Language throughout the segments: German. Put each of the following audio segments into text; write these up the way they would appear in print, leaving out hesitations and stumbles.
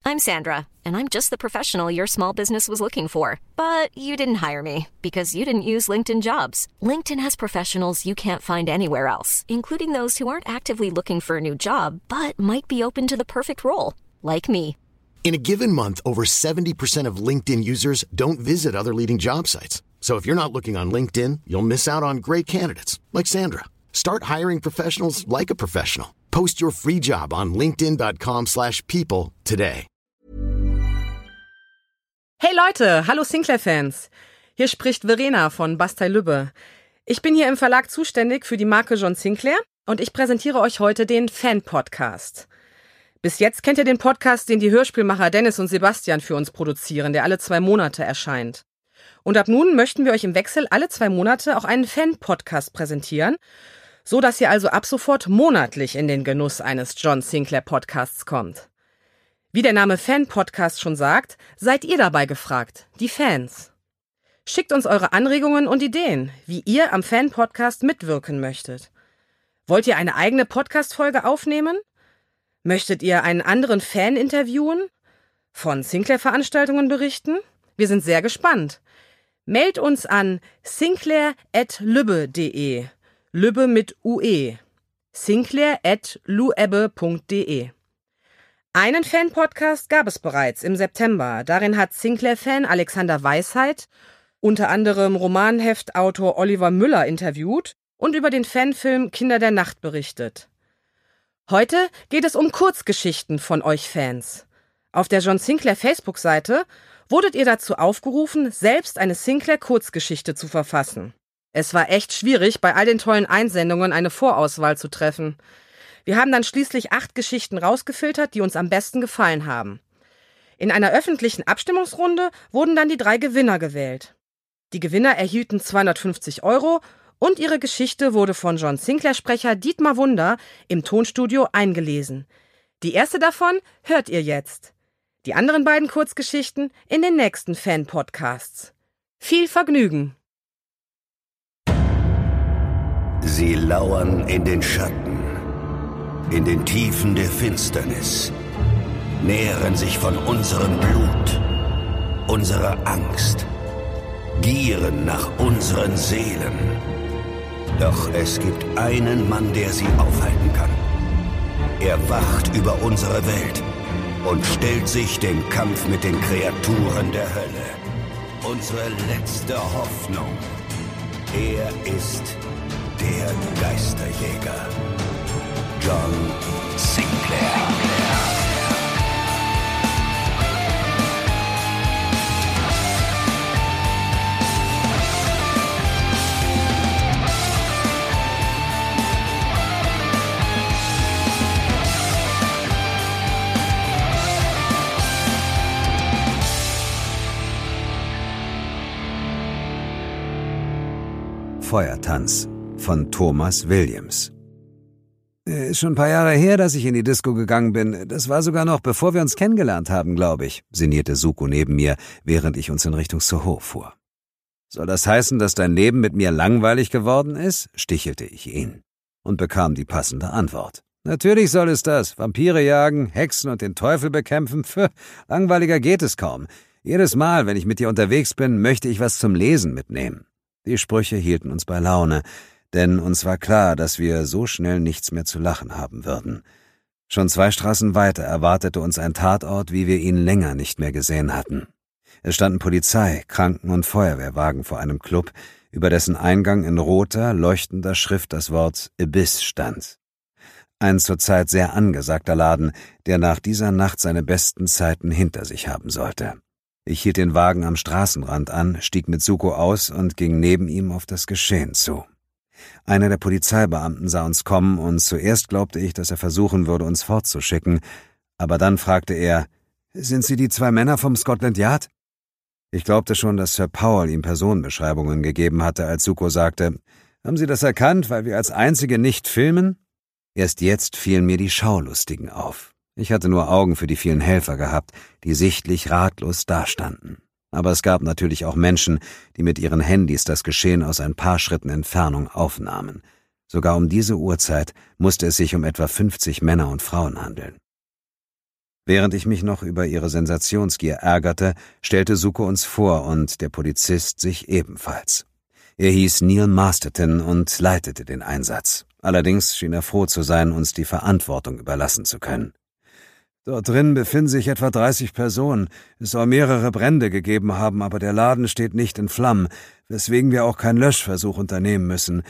I'm Sandra, and I'm just the professional your small business was looking for. But you didn't hire me because you didn't use LinkedIn Jobs. LinkedIn has professionals you can't find anywhere else, including those who aren't actively looking for a new job, but might be open to the perfect role, like me. In a given month, over 70% of LinkedIn users don't visit other leading job sites. So if you're not looking on LinkedIn, you'll miss out on great candidates like Sandra. Start hiring professionals like a professional. Post your free job on linkedin.com/people today. Hey Leute, hallo Sinclair-Fans. Hier spricht Verena von Bastei Lübbe. Ich bin hier im Verlag zuständig für die Marke John Sinclair und ich präsentiere euch heute den Fan-Podcast. Bis jetzt kennt ihr den Podcast, den die Hörspielmacher Dennis und Sebastian für uns produzieren, der alle 2 Monate erscheint. Und ab nun möchten wir euch im Wechsel alle 2 Monate auch einen Fan-Podcast präsentieren, so dass ihr also ab sofort monatlich in den Genuss eines John Sinclair Podcasts kommt. Wie der Name Fan-Podcast schon sagt, seid ihr dabei gefragt, die Fans. Schickt uns eure Anregungen und Ideen, wie ihr am Fan-Podcast mitwirken möchtet. Wollt ihr eine eigene Podcast-Folge aufnehmen? Möchtet ihr einen anderen Fan interviewen? Von Sinclair-Veranstaltungen berichten? Wir sind sehr gespannt. Mailt uns an sinclair@lübbe.de. Lübbe mit UE. sinclair@luebbe.de. Einen Fan-Podcast gab es bereits im September. Darin hat Sinclair-Fan Alexander Weisheit unter anderem Romanheftautor Oliver Müller interviewt und über den Fanfilm Kinder der Nacht berichtet. Heute geht es um Kurzgeschichten von euch Fans. Auf der John Sinclair Facebook-Seite wurdet ihr dazu aufgerufen, selbst eine Sinclair-Kurzgeschichte zu verfassen. Es war echt schwierig, bei all den tollen Einsendungen eine Vorauswahl zu treffen. Wir haben dann schließlich 8 Geschichten rausgefiltert, die uns am besten gefallen haben. In einer öffentlichen Abstimmungsrunde wurden dann die 3 Gewinner gewählt. Die Gewinner erhielten 250 € und ihre Geschichte wurde von John Sinclair-Sprecher Dietmar Wunder im Tonstudio eingelesen. Die erste davon hört ihr jetzt. Die anderen beiden Kurzgeschichten in den nächsten Fan-Podcasts. Viel Vergnügen! Sie lauern in den Schatten, in den Tiefen der Finsternis, nähren sich von unserem Blut, unserer Angst, gieren nach unseren Seelen. Doch es gibt einen Mann, der sie aufhalten kann. Er wacht über unsere Welt und stellt sich dem Kampf mit den Kreaturen der Hölle. Unsere letzte Hoffnung. Er ist der Geisterjäger. John Sinclair. Feuertanz von Thomas Williams. Ist schon ein paar Jahre her, dass ich in die Disco gegangen bin. Das war sogar noch, bevor wir uns kennengelernt haben, glaube ich, sinnierte Suko neben mir, während ich uns in Richtung Soho fuhr. Soll das heißen, dass dein Leben mit mir langweilig geworden ist? Stichelte ich ihn und bekam die passende Antwort. Natürlich soll es das. Vampire jagen, Hexen und den Teufel bekämpfen. Langweiliger geht es kaum. Jedes Mal, wenn ich mit dir unterwegs bin, möchte ich was zum Lesen mitnehmen. Die Sprüche hielten uns bei Laune, denn uns war klar, dass wir so schnell nichts mehr zu lachen haben würden. Schon 2 Straßen weiter erwartete uns ein Tatort, wie wir ihn länger nicht mehr gesehen hatten. Es standen Polizei, Kranken- und Feuerwehrwagen vor einem Club, über dessen Eingang in roter, leuchtender Schrift das Wort Abyss stand. Ein zurzeit sehr angesagter Laden, der nach dieser Nacht seine besten Zeiten hinter sich haben sollte. Ich hielt den Wagen am Straßenrand an, stieg mit Suko aus und ging neben ihm auf das Geschehen zu. Einer der Polizeibeamten sah uns kommen und zuerst glaubte ich, dass er versuchen würde, uns fortzuschicken, aber dann fragte er, »Sind Sie die 2 Männer vom Scotland Yard?« Ich glaubte schon, dass Sir Powell ihm Personenbeschreibungen gegeben hatte, als Suko sagte, »Haben Sie das erkannt, weil wir als Einzige nicht filmen?« Erst jetzt fielen mir die Schaulustigen auf. Ich hatte nur Augen für die vielen Helfer gehabt, die sichtlich ratlos dastanden. Aber es gab natürlich auch Menschen, die mit ihren Handys das Geschehen aus ein paar Schritten Entfernung aufnahmen. Sogar um diese Uhrzeit musste es sich um etwa 50 Männer und Frauen handeln. Während ich mich noch über ihre Sensationsgier ärgerte, stellte Suko uns vor und der Polizist sich ebenfalls. Er hieß Neil Masterton und leitete den Einsatz. Allerdings schien er froh zu sein, uns die Verantwortung überlassen zu können. »Dort drin befinden sich etwa 30 Personen. Es soll mehrere Brände gegeben haben, aber der Laden steht nicht in Flammen, weswegen wir auch keinen Löschversuch unternehmen müssen.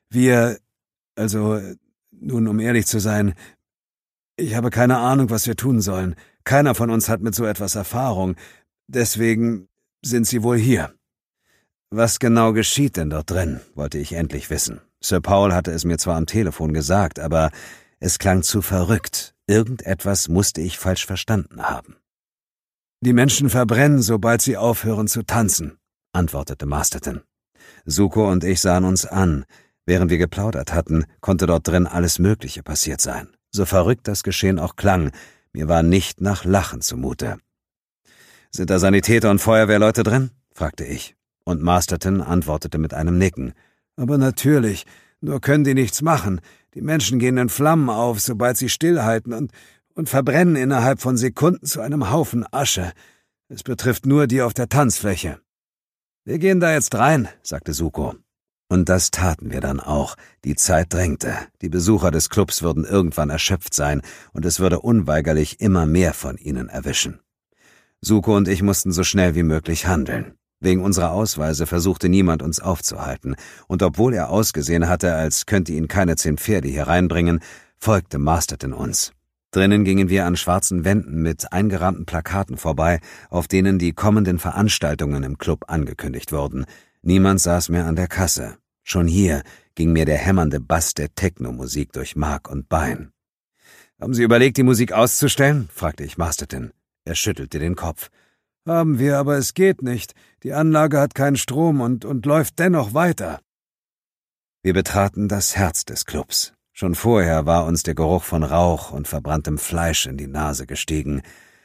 Nun, um ehrlich zu sein, ich habe keine Ahnung, was wir tun sollen. Keiner von uns hat mit so etwas Erfahrung. Deswegen sind sie wohl hier.« »Was genau geschieht denn dort drin?« wollte ich endlich wissen. Sir Paul hatte es mir zwar am Telefon gesagt, aber es klang zu verrückt. Irgendetwas musste ich falsch verstanden haben. »Die Menschen verbrennen, sobald sie aufhören zu tanzen«, antwortete Masterton. Suko und ich sahen uns an. Während wir geplaudert hatten, konnte dort drin alles Mögliche passiert sein. So verrückt das Geschehen auch klang, mir war nicht nach Lachen zumute. »Sind da Sanitäter und Feuerwehrleute drin?« fragte ich. Und Masterton antwortete mit einem Nicken. »Aber natürlich, nur können die nichts machen. Die Menschen gehen in Flammen auf, sobald sie stillhalten und verbrennen innerhalb von Sekunden zu einem Haufen Asche. Es betrifft nur die auf der Tanzfläche.« »Wir gehen da jetzt rein«, sagte Suko. Und das taten wir dann auch. Die Zeit drängte. Die Besucher des Clubs würden irgendwann erschöpft sein und es würde unweigerlich immer mehr von ihnen erwischen. Suko und ich mussten so schnell wie möglich handeln. Wegen unserer Ausweise versuchte niemand, uns aufzuhalten, und obwohl er ausgesehen hatte, als könnte ihn keine 10 Pferde hier reinbringen, folgte Masterton uns. Drinnen gingen wir an schwarzen Wänden mit eingerahmten Plakaten vorbei, auf denen die kommenden Veranstaltungen im Club angekündigt wurden. Niemand saß mehr an der Kasse. Schon hier ging mir der hämmernde Bass der Techno-Musik durch Mark und Bein. »Haben Sie überlegt, die Musik auszustellen?« fragte ich Masterton. Er schüttelte den Kopf. »Haben wir, aber es geht nicht. Die Anlage hat keinen Strom und läuft dennoch weiter.« Wir betraten das Herz des Clubs. Schon vorher war uns der Geruch von Rauch und verbranntem Fleisch in die Nase gestiegen.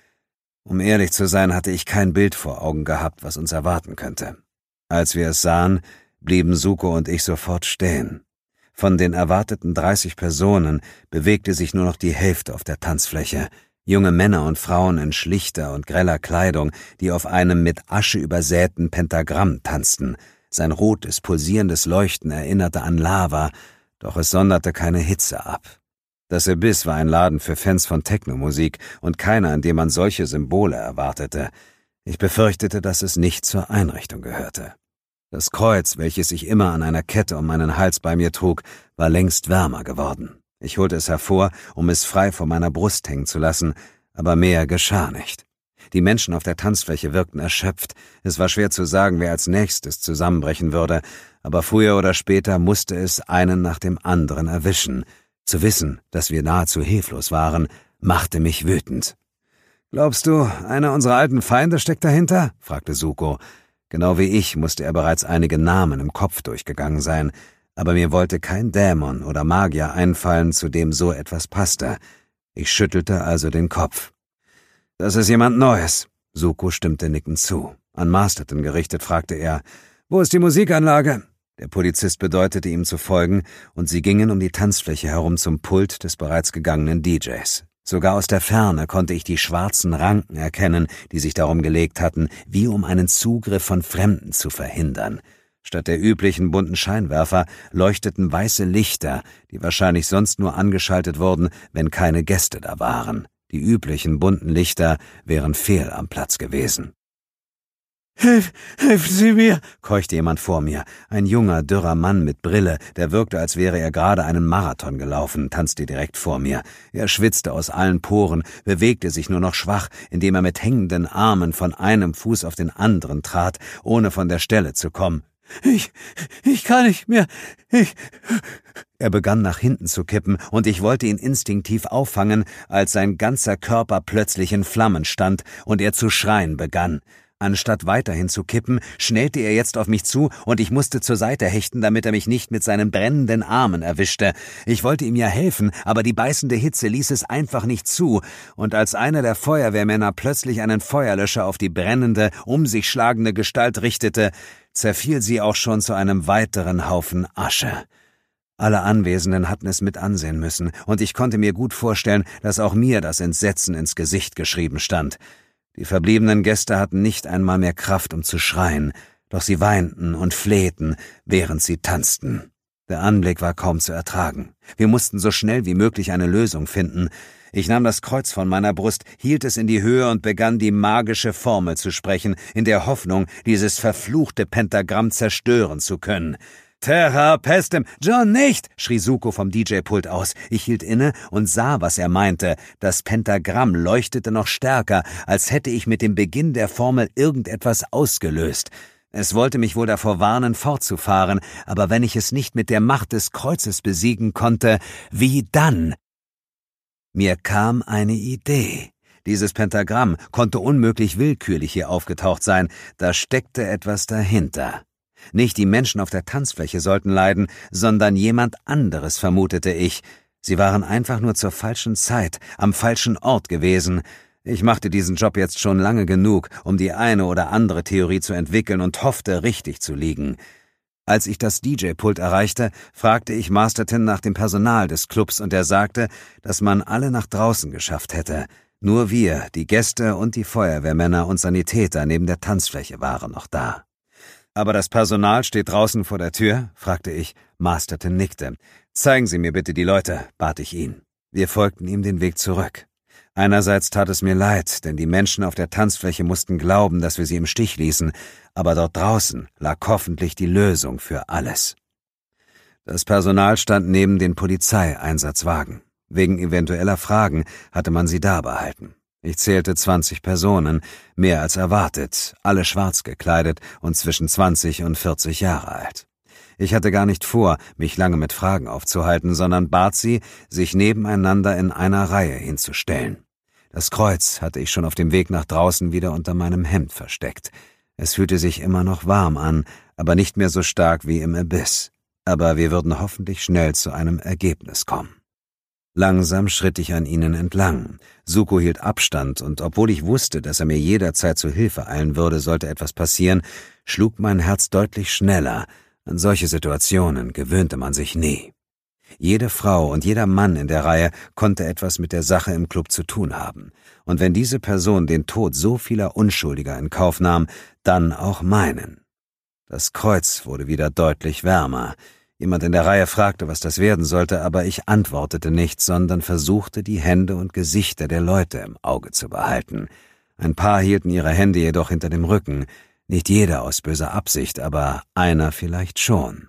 Um ehrlich zu sein, hatte ich kein Bild vor Augen gehabt, was uns erwarten könnte. Als wir es sahen, blieben Suko und ich sofort stehen. Von den erwarteten 30 Personen bewegte sich nur noch die Hälfte auf der Tanzfläche. Junge Männer und Frauen in schlichter und greller Kleidung, die auf einem mit Asche übersäten Pentagramm tanzten. Sein rotes, pulsierendes Leuchten erinnerte an Lava, doch es sonderte keine Hitze ab. Das Abyss war ein Laden für Fans von Technomusik und keiner, in dem man solche Symbole erwartete. Ich befürchtete, dass es nicht zur Einrichtung gehörte. Das Kreuz, welches ich immer an einer Kette um meinen Hals bei mir trug, war längst wärmer geworden. Ich holte es hervor, um es frei vor meiner Brust hängen zu lassen, aber mehr geschah nicht. Die Menschen auf der Tanzfläche wirkten erschöpft. Es war schwer zu sagen, wer als nächstes zusammenbrechen würde, aber früher oder später musste es einen nach dem anderen erwischen. Zu wissen, dass wir nahezu hilflos waren, machte mich wütend. »Glaubst du, einer unserer alten Feinde steckt dahinter?« fragte Suko. Genau wie ich musste er bereits einige Namen im Kopf durchgegangen sein, aber mir wollte kein Dämon oder Magier einfallen, zu dem so etwas passte. Ich schüttelte also den Kopf. »Das ist jemand Neues.« Suko stimmte nickend zu. An Masterton gerichtet fragte er, »Wo ist die Musikanlage?« Der Polizist bedeutete ihm zu folgen, und sie gingen um die Tanzfläche herum zum Pult des bereits gegangenen DJs. Sogar aus der Ferne konnte ich die schwarzen Ranken erkennen, die sich darum gelegt hatten, wie um einen Zugriff von Fremden zu verhindern. Statt der üblichen bunten Scheinwerfer leuchteten weiße Lichter, die wahrscheinlich sonst nur angeschaltet wurden, wenn keine Gäste da waren. Die üblichen bunten Lichter wären fehl am Platz gewesen. »Helfen Sie mir«, keuchte jemand vor mir. Ein junger, dürrer Mann mit Brille, der wirkte, als wäre er gerade einen Marathon gelaufen, tanzte direkt vor mir. Er schwitzte aus allen Poren, bewegte sich nur noch schwach, indem er mit hängenden Armen von einem Fuß auf den anderen trat, ohne von der Stelle zu kommen. Ich kann nicht mehr. Er begann nach hinten zu kippen, und ich wollte ihn instinktiv auffangen, als sein ganzer Körper plötzlich in Flammen stand und er zu schreien begann. Anstatt weiterhin zu kippen, schnellte er jetzt auf mich zu, und ich musste zur Seite hechten, damit er mich nicht mit seinen brennenden Armen erwischte. Ich wollte ihm ja helfen, aber die beißende Hitze ließ es einfach nicht zu, und als einer der Feuerwehrmänner plötzlich einen Feuerlöscher auf die brennende, um sich schlagende Gestalt richtete, zerfiel sie auch schon zu einem weiteren Haufen Asche. Alle Anwesenden hatten es mit ansehen müssen, und ich konnte mir gut vorstellen, dass auch mir das Entsetzen ins Gesicht geschrieben stand. Die verbliebenen Gäste hatten nicht einmal mehr Kraft, um zu schreien, doch sie weinten und flehten, während sie tanzten. Der Anblick war kaum zu ertragen. Wir mussten so schnell wie möglich eine Lösung finden. Ich nahm das Kreuz von meiner Brust, hielt es in die Höhe und begann die magische Formel zu sprechen, in der Hoffnung, dieses verfluchte Pentagramm zerstören zu können. »Terra pestem!« »John, nicht!« schrie Zuko vom DJ-Pult aus. Ich hielt inne und sah, was er meinte. Das Pentagramm leuchtete noch stärker, als hätte ich mit dem Beginn der Formel irgendetwas ausgelöst. Es wollte mich wohl davor warnen, fortzufahren, aber wenn ich es nicht mit der Macht des Kreuzes besiegen konnte, wie dann? Mir kam eine Idee. Dieses Pentagramm konnte unmöglich willkürlich hier aufgetaucht sein, da steckte etwas dahinter. Nicht die Menschen auf der Tanzfläche sollten leiden, sondern jemand anderes, vermutete ich. Sie waren einfach nur zur falschen Zeit, am falschen Ort gewesen. Ich machte diesen Job jetzt schon lange genug, um die eine oder andere Theorie zu entwickeln und hoffte, richtig zu liegen. Als ich das DJ-Pult erreichte, fragte ich Masterton nach dem Personal des Clubs und er sagte, dass man alle nach draußen geschafft hätte. Nur wir, die Gäste und die Feuerwehrmänner und Sanitäter neben der Tanzfläche waren noch da. »Aber das Personal steht draußen vor der Tür?« fragte ich. Masterton nickte. »Zeigen Sie mir bitte die Leute«, bat ich ihn. Wir folgten ihm den Weg zurück. Einerseits tat es mir leid, denn die Menschen auf der Tanzfläche mussten glauben, dass wir sie im Stich ließen, aber dort draußen lag hoffentlich die Lösung für alles. Das Personal stand neben den Polizeieinsatzwagen. Wegen eventueller Fragen hatte man sie da behalten. Ich zählte 20 Personen, mehr als erwartet, alle schwarz gekleidet und zwischen 20 und 40 Jahre alt. Ich hatte gar nicht vor, mich lange mit Fragen aufzuhalten, sondern bat sie, sich nebeneinander in einer Reihe hinzustellen. Das Kreuz hatte ich schon auf dem Weg nach draußen wieder unter meinem Hemd versteckt. Es fühlte sich immer noch warm an, aber nicht mehr so stark wie im Abyss. Aber wir würden hoffentlich schnell zu einem Ergebnis kommen. Langsam schritt ich an ihnen entlang. Zuko hielt Abstand, und obwohl ich wusste, dass er mir jederzeit zu Hilfe eilen würde, sollte etwas passieren, schlug mein Herz deutlich schneller. An solche Situationen gewöhnte man sich nie. Jede Frau und jeder Mann in der Reihe konnte etwas mit der Sache im Club zu tun haben. Und wenn diese Person den Tod so vieler Unschuldiger in Kauf nahm, dann auch meinen. Das Kreuz wurde wieder deutlich wärmer. Jemand in der Reihe fragte, was das werden sollte, aber ich antwortete nicht, sondern versuchte, die Hände und Gesichter der Leute im Auge zu behalten. Ein paar hielten ihre Hände jedoch hinter dem Rücken. Nicht jeder aus böser Absicht, aber einer vielleicht schon.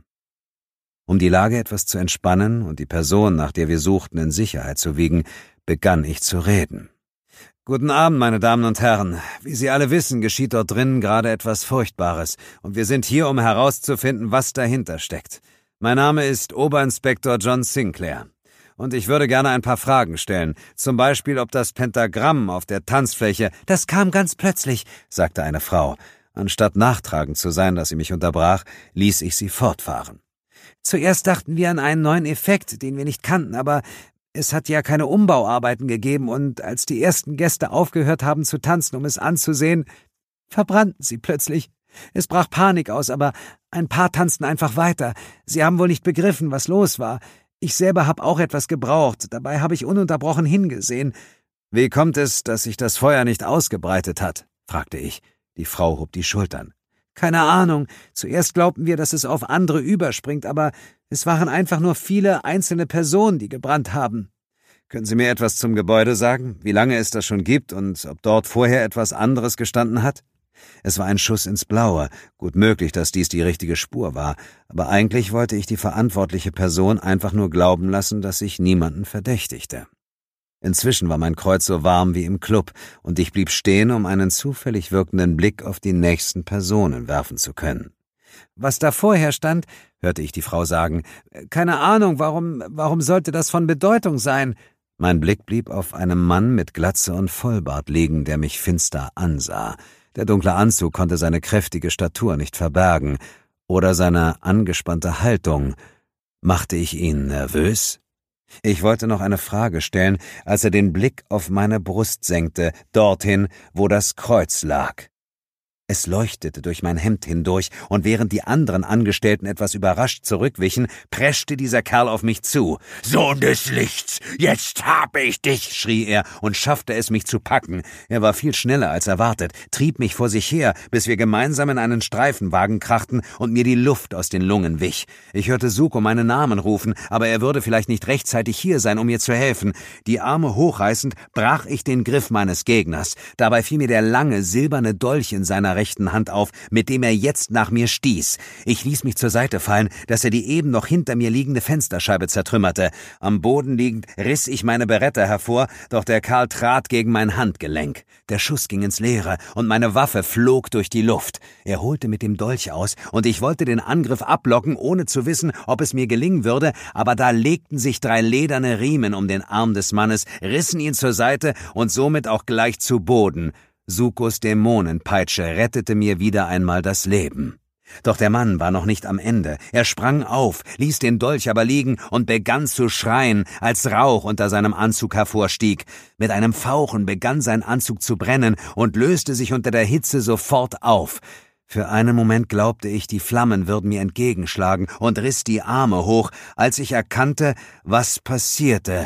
Um die Lage etwas zu entspannen und die Person, nach der wir suchten, in Sicherheit zu wiegen, begann ich zu reden. »Guten Abend, meine Damen und Herren. Wie Sie alle wissen, geschieht dort drinnen gerade etwas Furchtbares, und wir sind hier, um herauszufinden, was dahinter steckt. Mein Name ist Oberinspektor John Sinclair, und ich würde gerne ein paar Fragen stellen, zum Beispiel, ob das Pentagramm auf der Tanzfläche »« Das kam ganz plötzlich«, sagte eine Frau. Anstatt nachtragend zu sein, dass sie mich unterbrach, ließ ich sie fortfahren. »Zuerst dachten wir an einen neuen Effekt, den wir nicht kannten, aber es hat ja keine Umbauarbeiten gegeben, und als die ersten Gäste aufgehört haben zu tanzen, um es anzusehen, verbrannten sie plötzlich. Es brach Panik aus, aber ein paar tanzten einfach weiter. Sie haben wohl nicht begriffen, was los war. Ich selber habe auch etwas gebraucht, dabei habe ich ununterbrochen hingesehen.« »Wie kommt es, dass sich das Feuer nicht ausgebreitet hat?« fragte ich. Die Frau hob die Schultern. »Keine Ahnung. Zuerst glaubten wir, dass es auf andere überspringt, aber es waren einfach nur viele einzelne Personen, die gebrannt haben.« »Können Sie mir etwas zum Gebäude sagen? Wie lange es das schon gibt und ob dort vorher etwas anderes gestanden hat?« Es war ein Schuss ins Blaue. Gut möglich, dass dies die richtige Spur war, aber eigentlich wollte ich die verantwortliche Person einfach nur glauben lassen, dass ich niemanden verdächtigte. Inzwischen war mein Kreuz so warm wie im Club, und ich blieb stehen, um einen zufällig wirkenden Blick auf die nächsten Personen werfen zu können. »Was da vorher stand«, hörte ich die Frau sagen, »keine Ahnung, warum sollte das von Bedeutung sein?« Mein Blick blieb auf einem Mann mit Glatze und Vollbart liegen, der mich finster ansah. Der dunkle Anzug konnte seine kräftige Statur nicht verbergen, oder seine angespannte Haltung. Machte ich ihn nervös? Ich wollte noch eine Frage stellen, als er den Blick auf meine Brust senkte, dorthin, wo das Kreuz lag. Es leuchtete durch mein Hemd hindurch, und während die anderen Angestellten etwas überrascht zurückwichen, preschte dieser Kerl auf mich zu. »Sohn des Lichts, jetzt hab ich dich«, schrie er und schaffte es, mich zu packen. Er war viel schneller als erwartet, trieb mich vor sich her, bis wir gemeinsam in einen Streifenwagen krachten und mir die Luft aus den Lungen wich. Ich hörte Suko meinen Namen rufen, aber er würde vielleicht nicht rechtzeitig hier sein, um mir zu helfen. Die Arme hochreißend brach ich den Griff meines Gegners. Dabei fiel mir der lange, silberne Dolch in seiner rechten Hand auf, mit dem er jetzt nach mir stieß. Ich ließ mich zur Seite fallen, dass er die eben noch hinter mir liegende Fensterscheibe zertrümmerte. Am Boden liegend riss ich meine Beretta hervor, doch der Kerl trat gegen mein Handgelenk. Der Schuss ging ins Leere und meine Waffe flog durch die Luft. Er holte mit dem Dolch aus und ich wollte den Angriff ablocken, ohne zu wissen, ob es mir gelingen würde, aber da legten sich 3 lederne Riemen um den Arm des Mannes, rissen ihn zur Seite und somit auch gleich zu Boden. Sukos Dämonenpeitsche rettete mir wieder einmal das Leben. Doch der Mann war noch nicht am Ende. Er sprang auf, ließ den Dolch aber liegen und begann zu schreien, als Rauch unter seinem Anzug hervorstieg. Mit einem Fauchen begann sein Anzug zu brennen und löste sich unter der Hitze sofort auf. Für einen Moment glaubte ich, die Flammen würden mir entgegenschlagen und riss die Arme hoch, als ich erkannte, was passierte.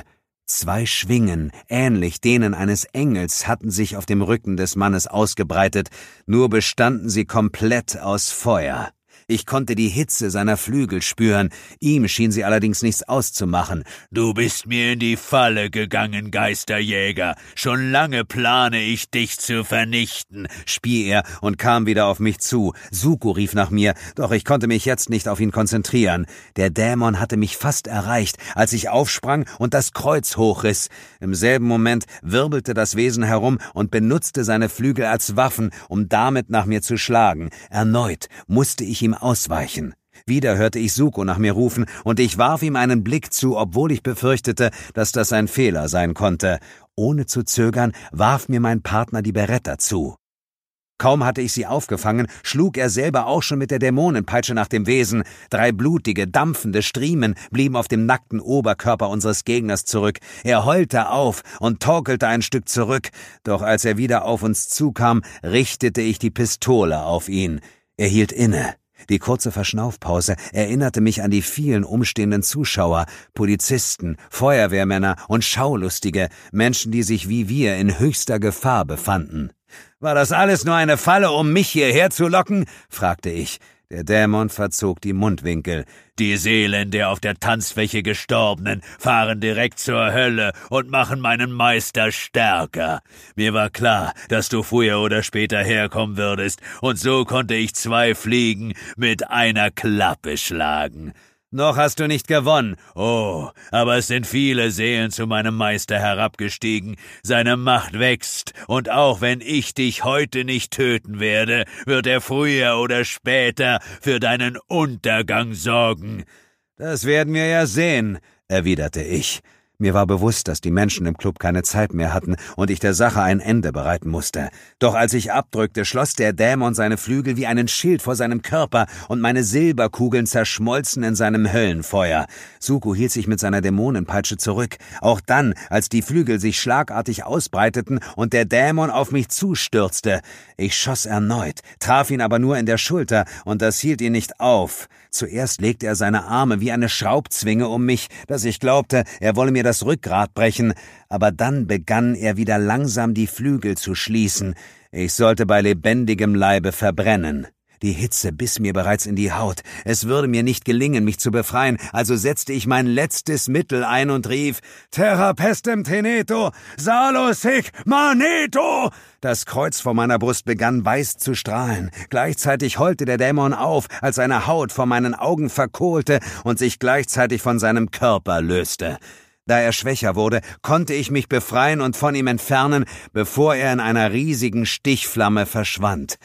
2 Schwingen, ähnlich denen eines Engels, hatten sich auf dem Rücken des Mannes ausgebreitet, nur bestanden sie komplett aus Feuer. Ich konnte die Hitze seiner Flügel spüren, ihm schien sie allerdings nichts auszumachen. »Du bist mir in die Falle gegangen, Geisterjäger. Schon lange plane ich, dich zu vernichten«, spie er und kam wieder auf mich zu. Suko rief nach mir, doch ich konnte mich jetzt nicht auf ihn konzentrieren. Der Dämon hatte mich fast erreicht, als ich aufsprang und das Kreuz hochriss. Im selben Moment wirbelte das Wesen herum und benutzte seine Flügel als Waffen, um damit nach mir zu schlagen. Erneut musste ich ihm ausweichen. Wieder hörte ich Suko nach mir rufen, und ich warf ihm einen Blick zu, obwohl ich befürchtete, dass das ein Fehler sein konnte. Ohne zu zögern warf mir mein Partner die Beretta zu. Kaum hatte ich sie aufgefangen, schlug er selber auch schon mit der Dämonenpeitsche nach dem Wesen. 3 blutige, dampfende Striemen blieben auf dem nackten Oberkörper unseres Gegners zurück. Er heulte auf und torkelte ein Stück zurück, doch als er wieder auf uns zukam, richtete ich die Pistole auf ihn. Er hielt inne. Die kurze Verschnaufpause erinnerte mich an die vielen umstehenden Zuschauer, Polizisten, Feuerwehrmänner und Schaulustige, Menschen, die sich wie wir in höchster Gefahr befanden. »War das alles nur eine Falle, um mich hierher zu locken?« fragte ich. Der Dämon verzog die Mundwinkel. »Die Seelen der auf der Tanzfläche Gestorbenen fahren direkt zur Hölle und machen meinen Meister stärker. Mir war klar, dass du früher oder später herkommen würdest, und so konnte ich 2 Fliegen mit einer Klappe schlagen. Noch hast du nicht gewonnen. Oh, aber es sind viele Seelen zu meinem Meister herabgestiegen. Seine Macht wächst, und auch wenn ich dich heute nicht töten werde, wird er früher oder später für deinen Untergang sorgen.« »Das werden wir ja sehen«, erwiderte ich. Mir war bewusst, dass die Menschen im Club keine Zeit mehr hatten und ich der Sache ein Ende bereiten musste. Doch als ich abdrückte, schloss der Dämon seine Flügel wie einen Schild vor seinem Körper und meine Silberkugeln zerschmolzen in seinem Höllenfeuer. Suko hielt sich mit seiner Dämonenpeitsche zurück. Auch dann, als die Flügel sich schlagartig ausbreiteten und der Dämon auf mich zustürzte. Ich schoss erneut, traf ihn aber nur in der Schulter, und das hielt ihn nicht auf. Zuerst legte er seine Arme wie eine Schraubzwinge um mich, dass ich glaubte, er wolle mir das Rückgrat brechen, aber dann begann er wieder langsam die Flügel zu schließen. Ich sollte bei lebendigem Leibe verbrennen. Die Hitze biss mir bereits in die Haut. Es würde mir nicht gelingen, mich zu befreien, also setzte ich mein letztes Mittel ein und rief: »Terra pestem teneto, salus hic maneto!« Das Kreuz vor meiner Brust begann weiß zu strahlen. Gleichzeitig heulte der Dämon auf, als seine Haut vor meinen Augen verkohlte und sich gleichzeitig von seinem Körper löste. Da er schwächer wurde, konnte ich mich befreien und von ihm entfernen, bevor er in einer riesigen Stichflamme verschwand.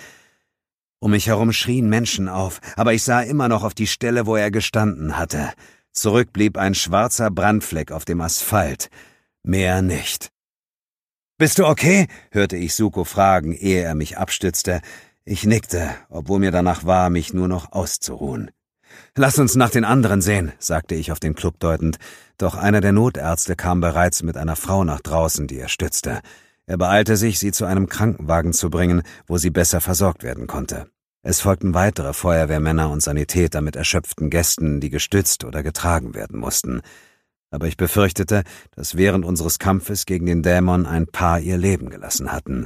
Um mich herum schrien Menschen auf, aber ich sah immer noch auf die Stelle, wo er gestanden hatte. Zurück blieb ein schwarzer Brandfleck auf dem Asphalt. Mehr nicht. »Bist du okay?« hörte ich Suko fragen, ehe er mich abstützte. Ich nickte, obwohl mir danach war, mich nur noch auszuruhen. »Lass uns nach den anderen sehen«, sagte ich auf den Club deutend. Doch einer der Notärzte kam bereits mit einer Frau nach draußen, die er stützte. Er beeilte sich, sie zu einem Krankenwagen zu bringen, wo sie besser versorgt werden konnte. Es folgten weitere Feuerwehrmänner und Sanitäter mit erschöpften Gästen, die gestützt oder getragen werden mussten. Aber ich befürchtete, dass während unseres Kampfes gegen den Dämon ein paar ihr Leben gelassen hatten.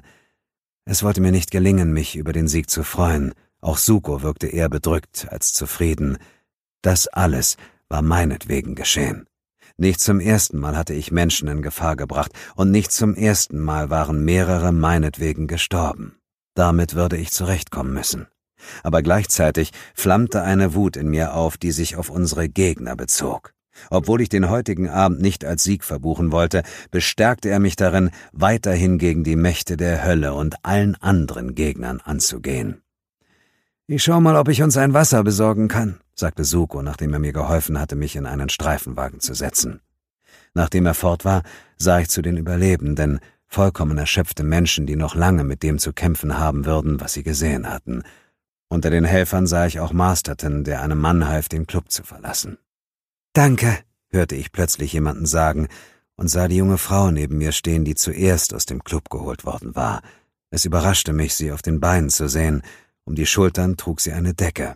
Es wollte mir nicht gelingen, mich über den Sieg zu freuen. Auch Zuko wirkte eher bedrückt als zufrieden. Das alles war meinetwegen geschehen. Nicht zum ersten Mal hatte ich Menschen in Gefahr gebracht, und nicht zum ersten Mal waren mehrere meinetwegen gestorben. Damit würde ich zurechtkommen müssen. Aber gleichzeitig flammte eine Wut in mir auf, die sich auf unsere Gegner bezog. Obwohl ich den heutigen Abend nicht als Sieg verbuchen wollte, bestärkte er mich darin, weiterhin gegen die Mächte der Hölle und allen anderen Gegnern anzugehen. »Ich schau mal, ob ich uns ein Wasser besorgen kann«, sagte Zuko, nachdem er mir geholfen hatte, mich in einen Streifenwagen zu setzen. Nachdem er fort war, sah ich zu den Überlebenden, vollkommen erschöpfte Menschen, die noch lange mit dem zu kämpfen haben würden, was sie gesehen hatten. Unter den Helfern sah ich auch Masterton, der einem Mann half, den Club zu verlassen. »Danke«, hörte ich plötzlich jemanden sagen und sah die junge Frau neben mir stehen, die zuerst aus dem Club geholt worden war. Es überraschte mich, sie auf den Beinen zu sehen. Um die Schultern trug sie eine Decke.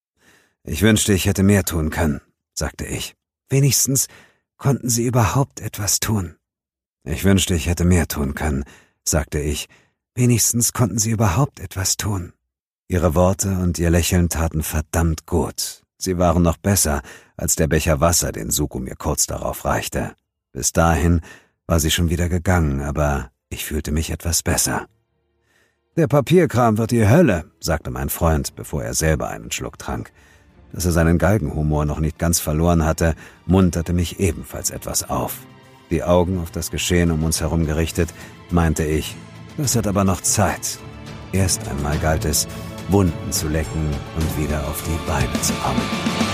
»Ich wünschte, ich hätte mehr tun können«, sagte ich. »Wenigstens konnten Sie überhaupt etwas tun.« »Ich wünschte, ich hätte mehr tun können«, sagte ich. »Wenigstens konnten Sie überhaupt etwas tun.« Ihre Worte und ihr Lächeln taten verdammt gut. Sie waren noch besser als der Becher Wasser, den Zuko mir kurz darauf reichte. Bis dahin war sie schon wieder gegangen, aber ich fühlte mich etwas besser. »Der Papierkram wird die Hölle«, sagte mein Freund, bevor er selber einen Schluck trank. Dass er seinen Galgenhumor noch nicht ganz verloren hatte, munterte mich ebenfalls etwas auf. Die Augen auf das Geschehen um uns herum gerichtet, meinte ich, das hat aber noch Zeit. Erst einmal galt es, Wunden zu lecken und wieder auf die Beine zu kommen.